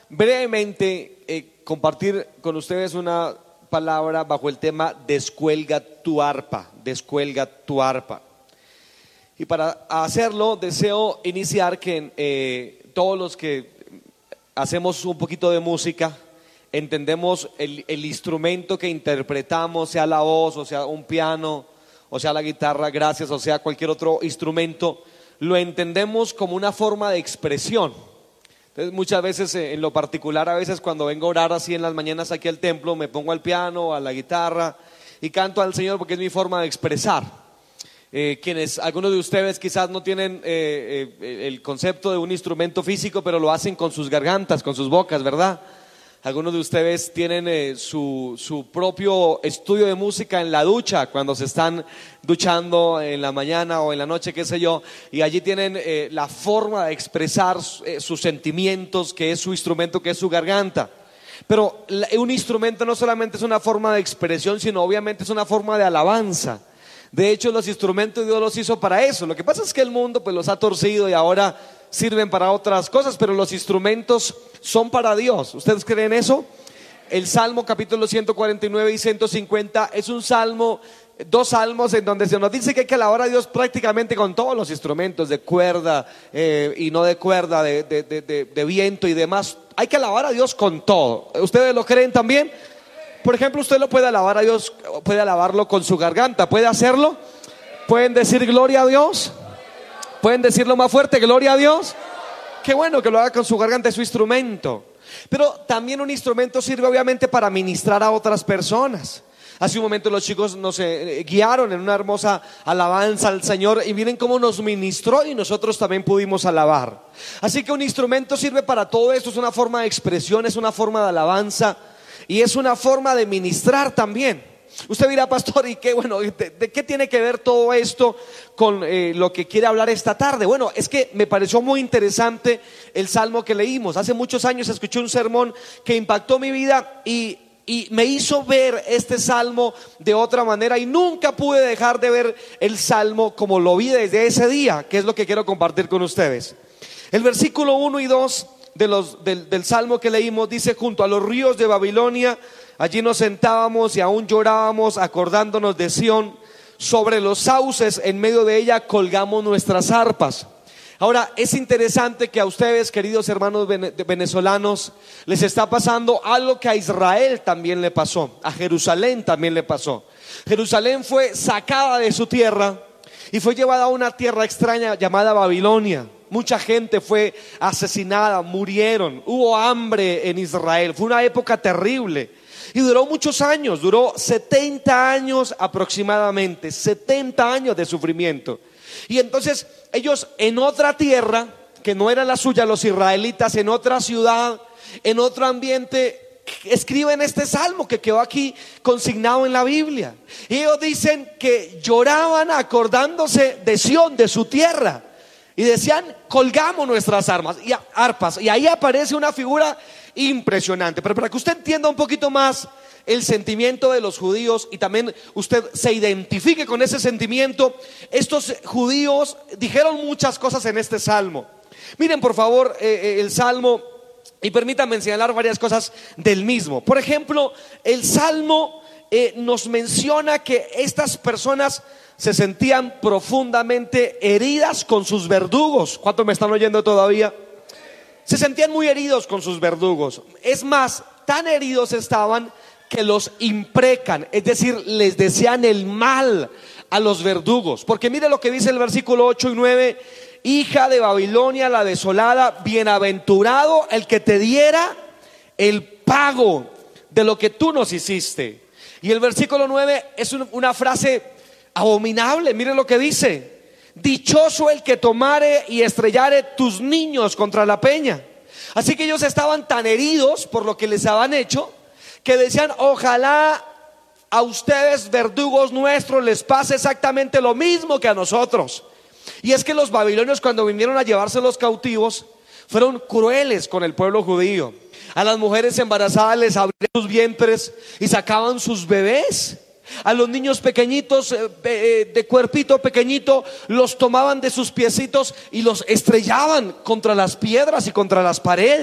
brevemente compartir con ustedes una palabra bajo el tema descuelga tu arpa, descuelga tu arpa. Y para hacerlo deseo iniciar que todos los que hacemos un poquito de música entendemos el instrumento que interpretamos, sea la voz, o sea un piano, o sea la guitarra, gracias, o sea cualquier otro instrumento, lo entendemos como una forma de expresión. Entonces muchas veces en lo particular, a veces cuando vengo a orar así en las mañanas aquí al templo, me pongo al piano, a la guitarra y canto al Señor porque es mi forma de expresar. Algunos de ustedes quizás no tienen el concepto de un instrumento físico, pero lo hacen con sus gargantas, con sus bocas, ¿verdad? Algunos de ustedes tienen su propio estudio de música en la ducha, cuando se están duchando en la mañana o en la noche, qué sé yo, y allí tienen la forma de expresar sus sentimientos, que es su instrumento, que es su garganta. Pero un instrumento no solamente es una forma de expresión, sino obviamente es una forma de alabanza. De hecho, los instrumentos Dios los hizo para eso. Lo que pasa es que el mundo pues los ha torcido y ahora sirven para otras cosas, pero los instrumentos son para Dios. ¿Ustedes creen eso? El Salmo capítulo 149 y 150 es un salmo, dos salmos en donde se nos dice que hay que alabar a Dios prácticamente con todos los instrumentos de cuerda y no de cuerda, de viento y demás. Hay que alabar a Dios con todo. ¿Ustedes lo creen también? Por ejemplo, usted lo puede alabar a Dios, puede alabarlo con su garganta. ¿Puede hacerlo? ¿Pueden decir gloria a Dios? ¿Pueden decirlo más fuerte, gloria a Dios? Qué bueno que lo haga con su garganta, es su instrumento. Pero también un instrumento sirve obviamente para ministrar a otras personas. Hace un momento los chicos nos guiaron en una hermosa alabanza al Señor y miren cómo nos ministró y nosotros también pudimos alabar. Así que un instrumento sirve para todo esto, es una forma de expresión, es una forma de alabanza y es una forma de ministrar también. Usted dirá, pastor, ¿y qué? Bueno, ¿de qué tiene que ver todo esto con lo que quiere hablar esta tarde? Bueno, es que me pareció muy interesante el salmo que leímos. Hace muchos años escuché un sermón que impactó mi vida y me hizo ver este salmo de otra manera y nunca pude dejar de ver el salmo como lo vi desde ese día, que es lo que quiero compartir con ustedes. El versículo 1 y 2 del salmo que leímos dice: junto a los ríos de Babilonia, allí nos sentábamos y aún llorábamos acordándonos de Sión. Sobre los sauces en medio de ella colgamos nuestras arpas. Ahora es interesante que a ustedes, queridos hermanos venezolanos, les está pasando algo que a Israel también le pasó, a Jerusalén también le pasó. Jerusalén fue sacada de su tierra y fue llevada a una tierra extraña llamada Babilonia. Mucha gente fue asesinada, murieron, hubo hambre en Israel, fue una época terrible. Y duró muchos años, duró 70 años aproximadamente, 70 años de sufrimiento. Y entonces ellos en otra tierra, que no era la suya, los israelitas, en otra ciudad, en otro ambiente, escriben este salmo que quedó aquí consignado en la Biblia. Y ellos dicen que lloraban acordándose de Sión, de su tierra. Y decían, colgamos nuestras arpas. Y ahí aparece una figura impresionante. Pero para que usted entienda un poquito más el sentimiento de los judíos y también usted se identifique con ese sentimiento, estos judíos dijeron muchas cosas en este salmo. Miren por favor el salmo y permítanme señalar varias cosas del mismo. Por ejemplo, el salmo nos menciona que estas personas se sentían profundamente heridas con sus verdugos. ¿Cuántos me están oyendo todavía? Se sentían muy heridos con sus verdugos. Es más, tan heridos estaban que los imprecan, es decir, les desean el mal a los verdugos. Porque mire lo que dice el versículo 8 y 9: hija de Babilonia la desolada, bienaventurado el que te diera el pago de lo que tú nos hiciste. Y el versículo 9 es una frase abominable. Mire lo que dice: dichoso el que tomare y estrellare tus niños contra la peña. Así que ellos estaban tan heridos por lo que les habían hecho que decían, ojalá a ustedes, verdugos nuestros, les pase exactamente lo mismo que a nosotros. Y es que los babilonios, cuando vinieron a llevarse los cautivos, fueron crueles con el pueblo judío. A las mujeres embarazadas les abrían sus vientres y sacaban sus bebés. A los niños pequeñitos, de cuerpito pequeñito, los tomaban de sus piecitos y los estrellaban contra las piedras y contra las paredes.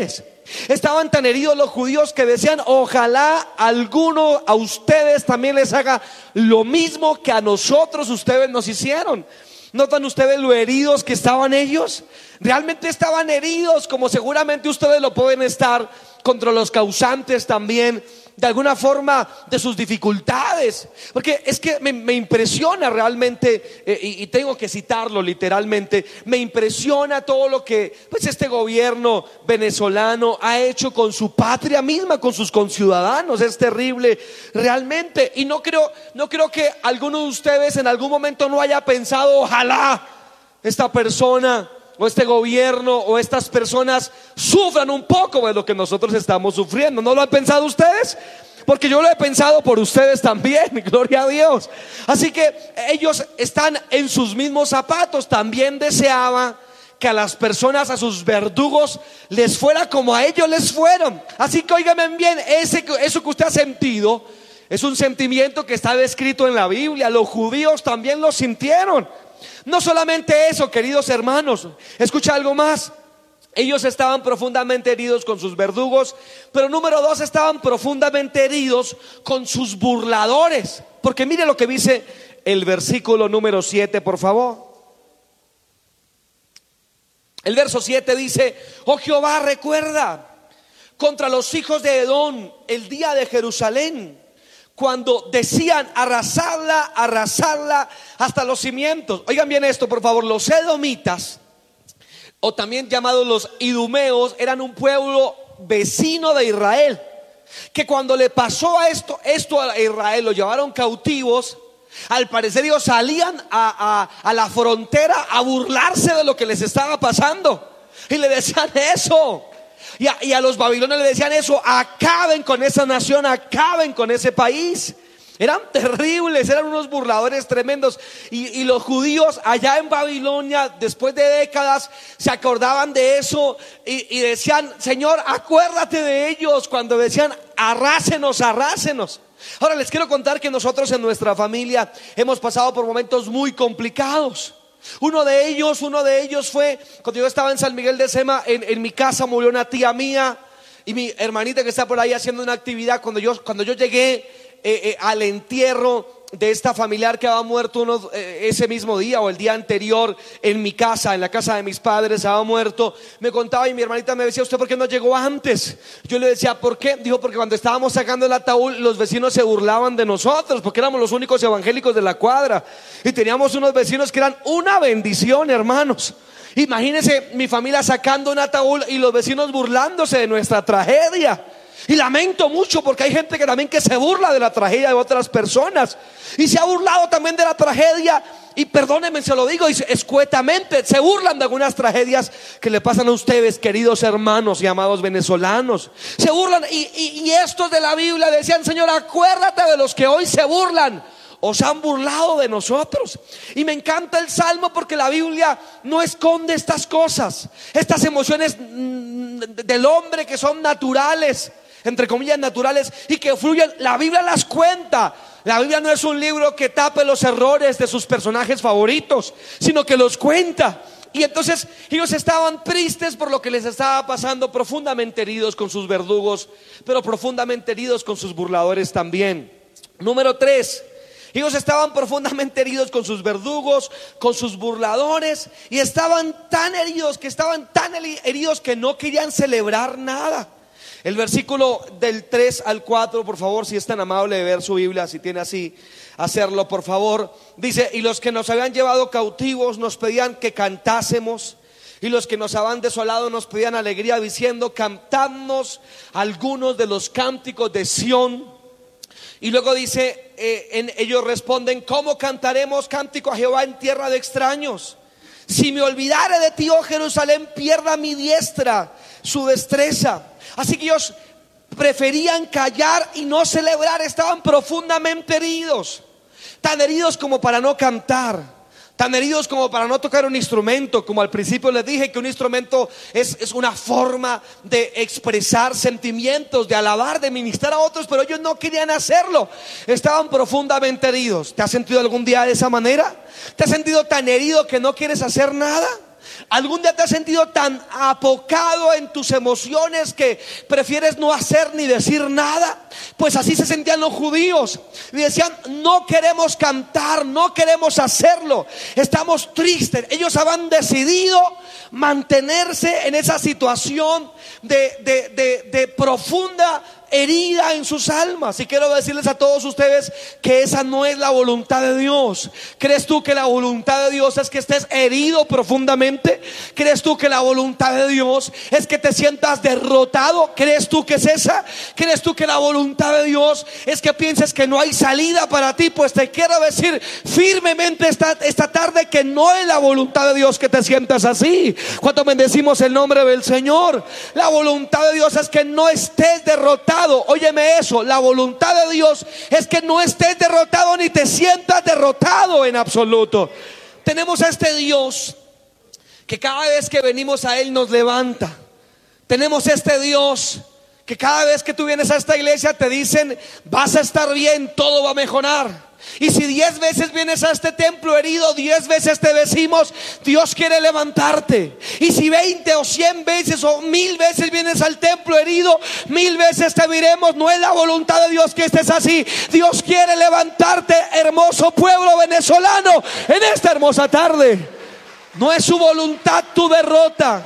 Estaban tan heridos los judíos que decían: ojalá alguno a ustedes también les haga lo mismo que a nosotros ustedes nos hicieron. ¿Notan ustedes lo heridos que estaban ellos? Realmente estaban heridos, como seguramente ustedes lo pueden estar, contra los causantes también de alguna forma de sus dificultades. Porque es que me impresiona realmente, y tengo que citarlo literalmente, me impresiona todo lo que pues este gobierno venezolano ha hecho con su patria misma, con sus conciudadanos. Es terrible realmente. Y no creo que alguno de ustedes en algún momento no haya pensado: ojalá esta persona o este gobierno o estas personas sufran un poco de lo que nosotros estamos sufriendo. ¿No lo han pensado ustedes? Porque yo lo he pensado por ustedes también, gloria a Dios. Así que ellos están en sus mismos zapatos. También deseaba que a las personas, a sus verdugos, les fuera como a ellos les fueron. Así que óigame bien, eso que usted ha sentido es un sentimiento que está descrito en la Biblia. Los judíos también lo sintieron. No solamente eso, queridos hermanos, escucha algo más. Ellos estaban profundamente heridos con sus verdugos, pero número dos, estaban profundamente heridos con sus burladores. Porque mire lo que dice el versículo número 7, por favor. El verso 7 dice: oh Jehová, recuerda contra los hijos de Edom el día de Jerusalén, cuando decían: arrasarla, arrasarla hasta los cimientos. Oigan bien esto, por favor. Los edomitas, o también llamados los idumeos, eran un pueblo vecino de Israel, que cuando le pasó esto a Israel, lo llevaron cautivos. Al parecer ellos salían a la frontera a burlarse de lo que les estaba pasando, y le decían eso. Y a los babilonios le decían eso: acaben con esa nación, acaben con ese país. Eran terribles, eran unos burladores tremendos. Y los judíos allá en Babilonia, después de décadas, se acordaban de eso y decían: Señor, acuérdate de ellos, cuando decían: arrásenos, arrásenos. Ahora les quiero contar que nosotros en nuestra familia hemos pasado por momentos muy complicados. Uno de ellos fue cuando yo estaba en San Miguel de Sema. En mi casa murió una tía mía y mi hermanita que está por ahí haciendo una actividad. Cuando yo llegué al entierro de esta familiar que había muerto ese mismo día o el día anterior, en mi casa, en la casa de mis padres, había muerto, me contaba, y mi hermanita me decía: ¿usted por qué no llegó antes? Yo le decía: ¿por qué? Dijo: porque cuando estábamos sacando el ataúd, los vecinos se burlaban de nosotros, porque éramos los únicos evangélicos de la cuadra, y teníamos unos vecinos que eran una bendición, hermanos. Imagínense mi familia sacando un ataúd y los vecinos burlándose de nuestra tragedia. Y lamento mucho, porque hay gente que también se burla de la tragedia de otras personas, y se ha burlado también de la tragedia, y perdónenme, se lo digo escuetamente, se burlan de algunas tragedias que le pasan a ustedes, queridos hermanos y amados venezolanos. Se burlan, y estos de la Biblia decían: Señor, acuérdate de los que hoy se burlan o se han burlado de nosotros. Y me encanta el Salmo, porque la Biblia no esconde estas cosas, estas emociones del hombre que son naturales, entre comillas naturales, y que fluyen. La Biblia las cuenta. La Biblia no es un libro que tape los errores de sus personajes favoritos, sino que los cuenta. Y entonces ellos estaban tristes por lo que les estaba pasando, profundamente heridos con sus verdugos, pero profundamente heridos con sus burladores también. Número 3, ellos estaban profundamente heridos con sus verdugos, con sus burladores, y estaban tan heridos que no querían celebrar nada. El versículo del 3 al 4, por favor, si es tan amable de ver su Biblia, si tiene así, hacerlo por favor. Dice: y los que nos habían llevado cautivos nos pedían que cantásemos, y los que nos habían desolado nos pedían alegría, diciendo: cantadnos algunos de los cánticos de Sión. Y luego dice, ellos responden: ¿cómo cantaremos cántico a Jehová en tierra de extraños? Si me olvidare de ti, oh Jerusalén, pierda mi diestra su destreza. Así que ellos preferían callar y no celebrar. Estaban profundamente heridos, tan heridos como para no cantar, tan heridos como para no tocar un instrumento. Como al principio les dije, que un instrumento es una forma de expresar sentimientos, de alabar, de ministrar a otros, pero ellos no querían hacerlo. Estaban profundamente heridos. ¿Te has sentido algún día de esa manera? ¿Te has sentido tan herido que no quieres hacer nada? ¿Algún día te has sentido tan apocado en tus emociones que prefieres no hacer ni decir nada? Pues así se sentían los judíos. Y decían: no queremos cantar, no queremos hacerlo, estamos tristes. Ellos habían decidido mantenerse en esa situación de profunda herida en sus almas. Y quiero decirles a todos ustedes que esa no es la voluntad de Dios. ¿Crees tú que la voluntad de Dios es que estés herido profundamente? ¿Crees tú que la voluntad de Dios es que te sientas derrotado? ¿Crees tú que es esa? ¿Crees tú que la voluntad de Dios es que pienses que no hay salida para ti? Pues te quiero decir firmemente esta tarde que no es la voluntad de Dios que te sientas así. ¿Cuánto bendecimos el nombre del Señor? La voluntad de Dios es que no estés derrotado. Óyeme eso, la voluntad de Dios es que no estés derrotado ni te sientas derrotado en absoluto. Tenemos a este Dios que cada vez que venimos a Él nos levanta. Tenemos este Dios que cada vez que tú vienes a esta iglesia te dicen: vas a estar bien, todo va a mejorar. Y si 10 veces vienes a este templo herido, 10 veces te decimos: Dios quiere levantarte. Y si 20 o 100 veces o 1000 veces vienes al templo herido, 1000 veces te diremos: no es la voluntad de Dios que estés así. Dios quiere levantarte, hermoso pueblo venezolano, en esta hermosa tarde. No es su voluntad tu derrota,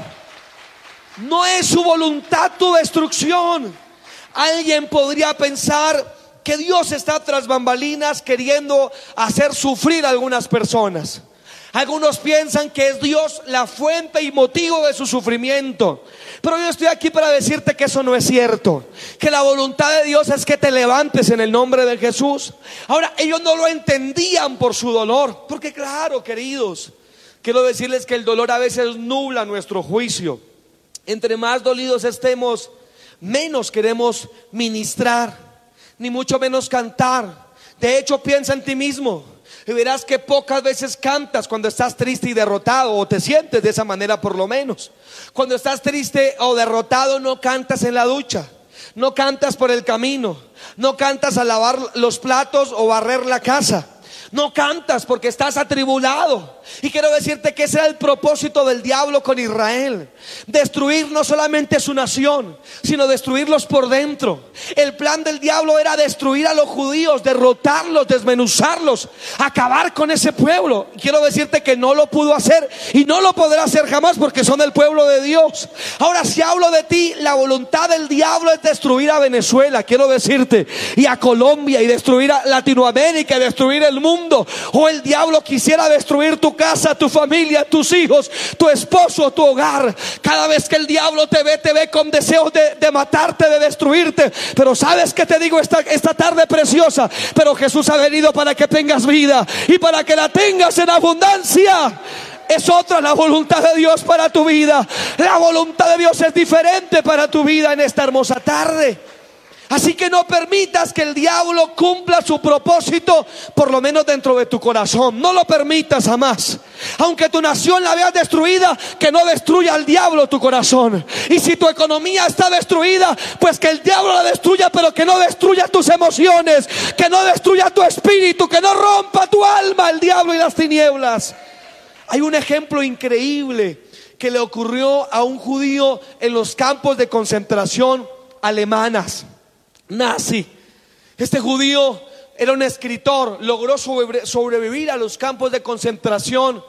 no es su voluntad tu destrucción. Alguien podría pensar que Dios está tras bambalinas queriendo hacer sufrir a algunas personas. Algunos piensan que es Dios la fuente y motivo de su sufrimiento. Pero yo estoy aquí para decirte que eso no es cierto. Que la voluntad de Dios es que te levantes en el nombre de Jesús. Ahora, ellos no lo entendían por su dolor. Porque claro, queridos, quiero decirles que el dolor a veces nubla nuestro juicio. Entre más dolidos estemos, menos queremos ministrar, ni mucho menos cantar. De hecho, piensa en ti mismo y verás que pocas veces cantas cuando estás triste y derrotado, o te sientes de esa manera por lo menos. Cuando estás triste o derrotado, no cantas en la ducha, no cantas por el camino, no cantas al lavar los platos o barrer la casa. No cantas porque estás atribulado. Y quiero decirte que ese era el propósito del diablo con Israel: destruir no solamente su nación, sino destruirlos por dentro. El plan del diablo era destruir a los judíos, derrotarlos, desmenuzarlos, acabar con ese pueblo. Quiero decirte que no lo pudo hacer y no lo podrá hacer jamás, porque son el pueblo de Dios. Ahora, si hablo de ti, la voluntad del diablo es destruir a Venezuela, quiero decirte, y a Colombia, y destruir a Latinoamérica, y destruir el mundo. O el diablo quisiera destruir tu casa, tu familia, tus hijos, tu esposo, tu hogar. Cada vez que el diablo te ve con deseos de matarte, de destruirte. Pero ¿sabes qué te digo esta tarde preciosa? Pero Jesús ha venido para que tengas vida y para que la tengas en abundancia. Es otra la voluntad de Dios para tu vida. La voluntad de Dios es diferente para tu vida en esta hermosa tarde. Así que no permitas que el diablo cumpla su propósito, por lo menos dentro de tu corazón. No lo permitas jamás. Aunque tu nación la veas destruida, que no destruya al diablo tu corazón. Y si tu economía está destruida, pues que el diablo la destruya, pero que no destruya tus emociones, que no destruya tu espíritu, que no rompa tu alma el diablo y las tinieblas. Hay un ejemplo increíble que le ocurrió a un judío en los campos de concentración alemanas, nazi. Este judío era un escritor, logró sobrevivir a los campos de concentración.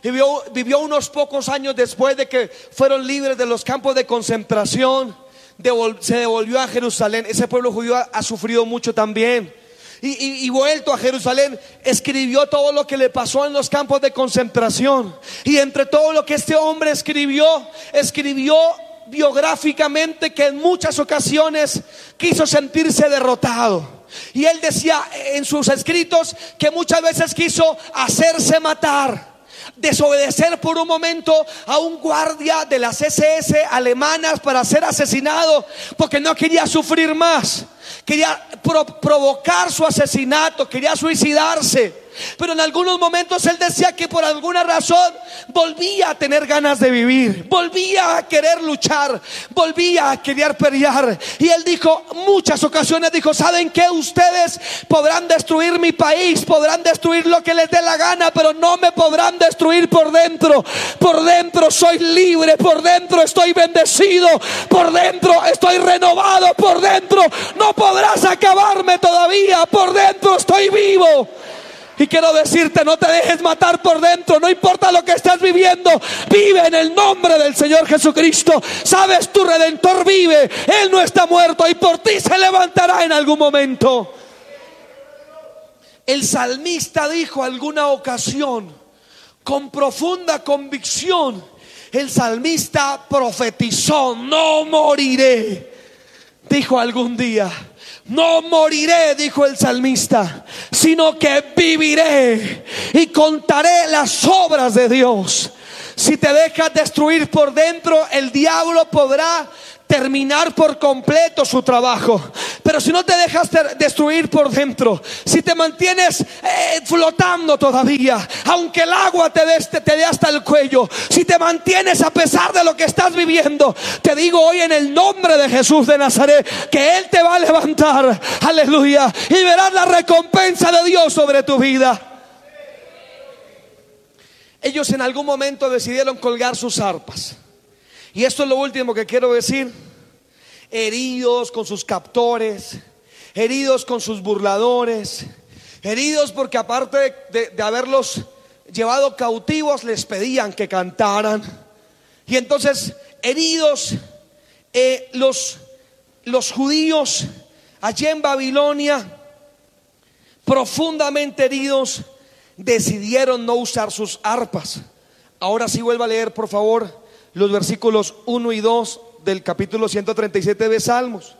Vivió unos pocos años después de que fueron libres de los campos de concentración. Se devolvió a Jerusalén. Ese pueblo judío ha sufrido mucho también. Y vuelto a Jerusalén, escribió todo lo que le pasó en los campos de concentración. Y entre todo lo que este hombre escribió biográficamente que en muchas ocasiones quiso sentirse derrotado. Y él decía en sus escritos que muchas veces quiso hacerse matar, desobedecer por un momento a un guardia de las SS alemanas para ser asesinado, porque no quería sufrir más. Quería provocar su asesinato, quería suicidarse. Pero en algunos momentos él decía que por alguna razón volvía a tener ganas de vivir, volvía a querer luchar, volvía a querer pelear. Y él dijo, muchas ocasiones dijo, ¿saben qué? Ustedes podrán destruir mi país, podrán destruir lo que les dé la gana, pero no me podrán destruir por dentro. Por dentro soy libre, por dentro estoy bendecido, por dentro estoy renovado, por dentro no podrás acabarme todavía, por dentro estoy vivo. Y quiero decirte, no te dejes matar por dentro, no importa lo que estés viviendo, vive en el nombre del Señor Jesucristo. Sabes, tu Redentor vive, Él no está muerto y por ti se levantará en algún momento. El salmista dijo alguna ocasión, con profunda convicción, el salmista profetizó, no moriré. Dijo algún día, no moriré, dijo el salmista, sino que viviré y contaré las obras de Dios. Si te dejas destruir por dentro, el diablo podrá terminar por completo su trabajo. Pero si no te dejas destruir por dentro, si te mantienes flotando todavía, aunque el agua te dé hasta el cuello, si te mantienes a pesar de lo que estás viviendo, te digo hoy en el nombre de Jesús de Nazaret que Él te va a levantar, aleluya, y verás la recompensa de Dios sobre tu vida. Ellos en algún momento decidieron colgar sus arpas. Y esto es lo último que quiero decir. Heridos con sus captores, heridos con sus burladores, heridos porque aparte de haberlos llevado cautivos, les pedían que cantaran. Y entonces heridos, los judíos allí en Babilonia, profundamente heridos, decidieron no usar sus arpas. Ahora sí, vuelva a leer por favor los versículos 1 y 2 del capítulo 137 de Salmos.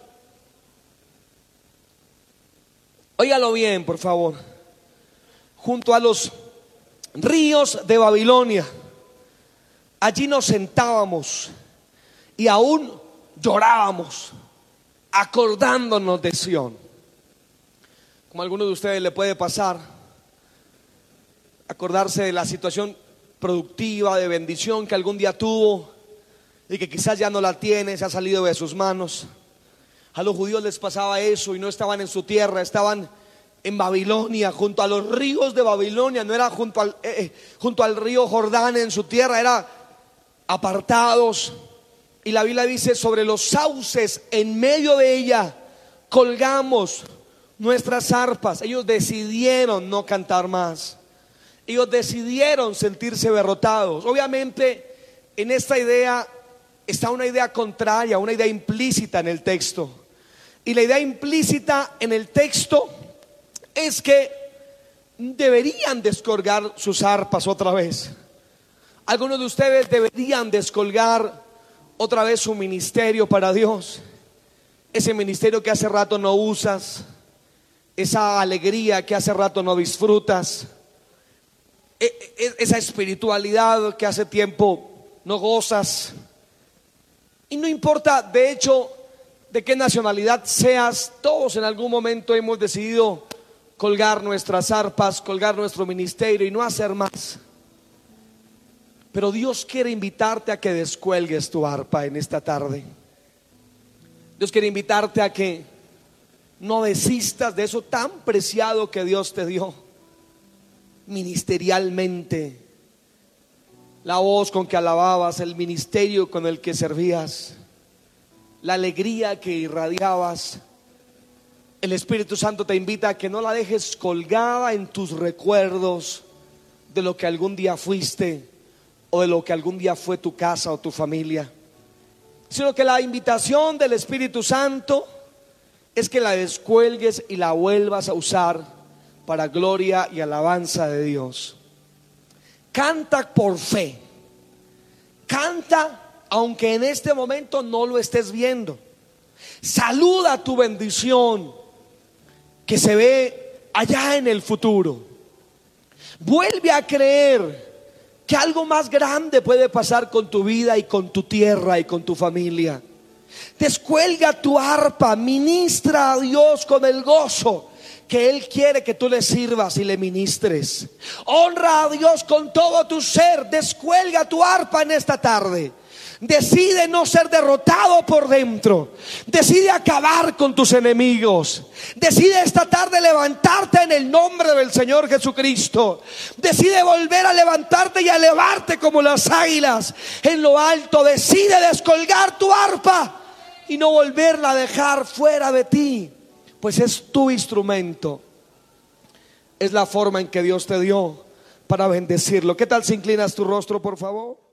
Óigalo bien, por favor. Junto a los ríos de Babilonia, allí nos sentábamos y aún llorábamos, acordándonos de Sión. Como a algunos de ustedes le puede pasar, acordarse de la situación productiva, de bendición que algún día tuvo y que quizás ya no la tiene, se ha salido de sus manos. A los judíos les pasaba eso y no estaban en su tierra, estaban en Babilonia, junto a los ríos de Babilonia. No era junto al río Jordán en su tierra, era apartados. Y la Biblia dice, sobre los sauces en medio de ella colgamos nuestras arpas. Ellos decidieron no cantar más. Ellos decidieron sentirse derrotados. Obviamente en esta idea está una idea contraria, una idea implícita en el texto. Y la idea implícita en el texto es que deberían descolgar sus arpas otra vez. Algunos de ustedes deberían descolgar otra vez su ministerio para Dios. Ese ministerio que hace rato no usas, esa alegría que hace rato no disfrutas, esa espiritualidad que hace tiempo no gozas. Y no importa, de hecho, de qué nacionalidad seas, todos en algún momento hemos decidido colgar nuestras arpas, colgar nuestro ministerio y no hacer más. Pero Dios quiere invitarte a que descuelgues tu arpa en esta tarde. Dios quiere invitarte a que no desistas de eso tan preciado que Dios te dio ministerialmente. La voz con que alababas, el ministerio con el que servías, la alegría que irradiabas. El Espíritu Santo te invita a que no la dejes colgada en tus recuerdos de lo que algún día fuiste o de lo que algún día fue tu casa o tu familia, sino que la invitación del Espíritu Santo es que la descuelgues y la vuelvas a usar para gloria y alabanza de Dios. Canta por fe, canta aunque en este momento no lo estés viendo. Saluda tu bendición que se ve allá en el futuro. Vuelve a creer que algo más grande puede pasar con tu vida y con tu tierra y con tu familia. Descuelga tu arpa, ministra a Dios con el gozo que Él quiere que tú le sirvas y le ministres. Honra a Dios con todo tu ser. Descuelga tu arpa en esta tarde. Decide no ser derrotado por dentro. Decide acabar con tus enemigos. Decide esta tarde levantarte en el nombre del Señor Jesucristo. Decide volver a levantarte y a elevarte como las águilas en lo alto. Decide descolgar tu arpa y no volverla a dejar fuera de ti, pues es tu instrumento. Es la forma en que Dios te dio para bendecirlo. ¿Qué tal si inclinas tu rostro, por favor?